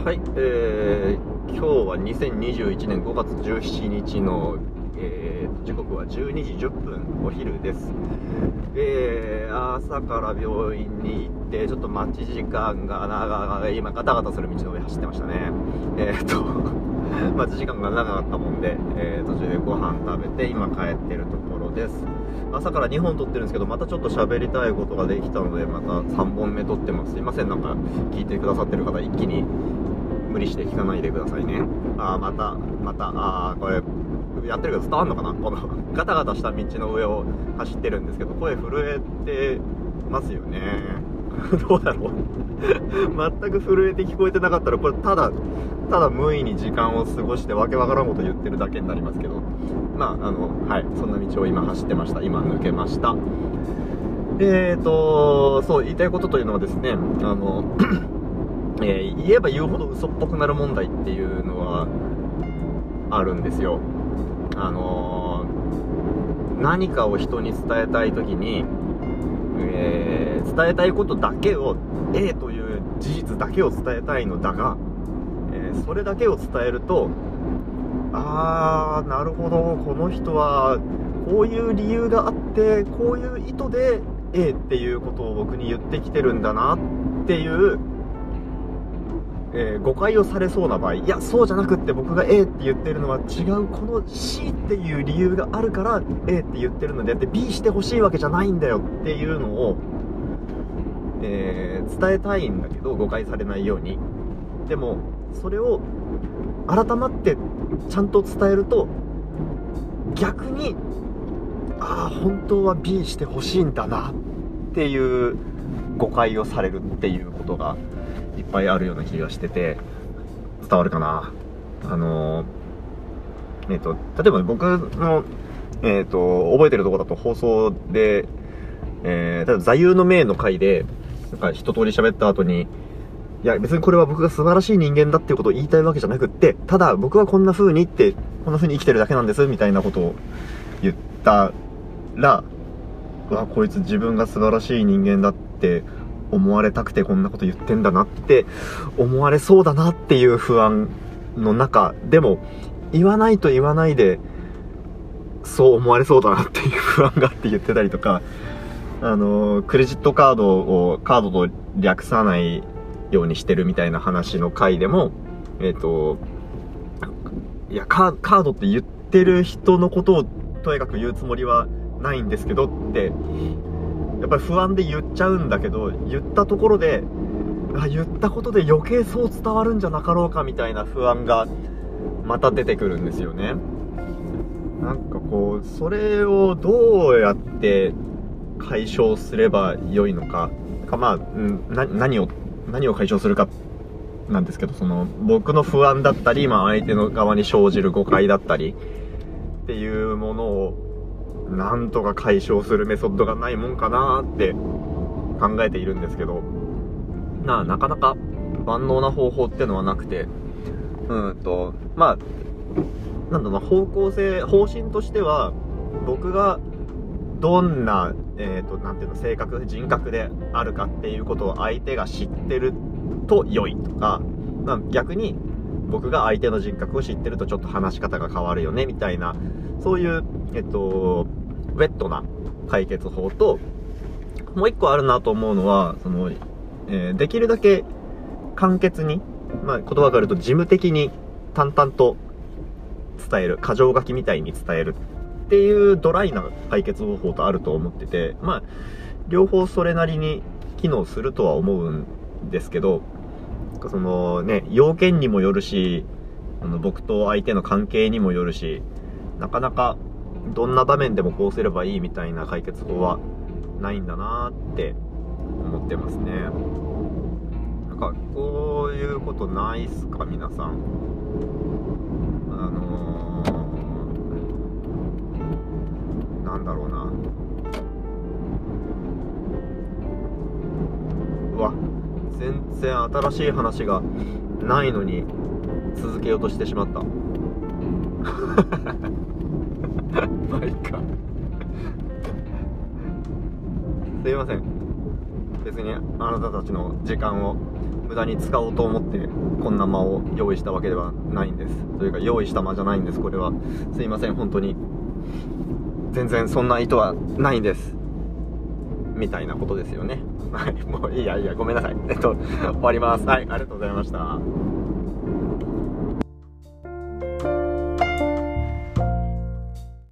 はい、今日は2021年5月17日の、時刻は12時10分、お昼です。朝から病院に行って、ちょっと待ち時間が長い、今ガタガタする道の上走ってましたね。待ち時間が長かったもんで、途中でご飯食べて、今帰ってるところです。朝から2本撮ってるんですけど、またちょっと喋りたいことができたので、また3本目撮ってます。すいません、なんか聞いてくださってる方、一気に無理して聞かないでくださいね。これやってるけど伝わんのかな、このガタガタした道の上を走ってるんですけど、声震えてますよね。どうだろう全く震えて聞こえてなかったら、これただ無意に時間を過ごしてわけわからんこと言ってるだけになりますけど、はい、そんな道を今走ってました。今抜けました。そう言いたいことというのはですね、言えば言うほど嘘っぽくなる問題っていうのはあるんですよ。何かを人に伝えたいときに、伝えたいことだけを A という事実だけを伝えたいのだが、それだけを伝えると、なるほど、この人はこういう理由があってこういう意図で A っていうことを僕に言ってきてるんだなっていう誤解をされそうな場合、いやそうじゃなくって僕が A って言ってるのは違う、この C っていう理由があるから A って言ってるのであって B してほしいわけじゃないんだよっていうのを、伝えたいんだけど、誤解されないように。でもそれを改まってちゃんと伝えると、逆に本当は B してほしいんだなっていう誤解をされるっていうことがいっぱいあるような気がしてて、伝わるかな。例えば僕の、覚えてるところだと、放送で、例えば座右の銘の回でなんか一通り喋った後に、いや別にこれは僕が素晴らしい人間だっていうことを言いたいわけじゃなくって、ただ僕はこんな風に生きてるだけなんですみたいなことを言ったら、こいつ自分が素晴らしい人間だって思われたくてこんなこと言ってんだなって思われそうだなっていう不安の中でも、言わないと言わないでそう思われそうだなっていう不安があって言ってたりとか、クレジットカードをカードと略さないようにしてるみたいな話の回でも、いやカードって言ってる人のことをとにかく言うつもりはないんですけどってやっぱり不安で言っちゃうんだけど、言ったところで言ったことで余計そう伝わるんじゃなかろうかみたいな不安がまた出てくるんですよね。なんかこう、それをどうやって解消すれば良いのか、何を解消するかなんですけど、その僕の不安だったり、相手の側に生じる誤解だったりっていうものをなんとか解消するメソッドがないもんかなって考えているんですけど、なかなか万能な方法ってのはなくて、方針としては、僕がどんな、性格、人格であるかっていうことを相手が知ってると良いとか、逆に僕が相手の人格を知ってるとちょっと話し方が変わるよねみたいな、そういう、ウェットな解決法と、もう一個あるなと思うのは、できるだけ簡潔に、言葉があると事務的に淡々と伝える、箇条書きみたいに伝えるっていうドライな解決方法とあると思ってて、両方それなりに機能するとは思うんですけど、要件にもよるし、僕と相手の関係にもよるし、なかなかどんな場面でもこうすればいいみたいな解決法はないんだなって思ってますね。なんかこういうことないっすか皆さん。なんだろうな。全然新しい話がないのに続けようとしてしまった。いいか。すいません。別にあなたたちの時間を無駄に使おうと思ってこんな間を用意したわけではないんです。というか用意した間じゃないんです。これはすいません、本当に全然そんな意図はないんですみたいなことですよね。はい、もういいやごめんなさい。終わります。はい、ありがとうございました。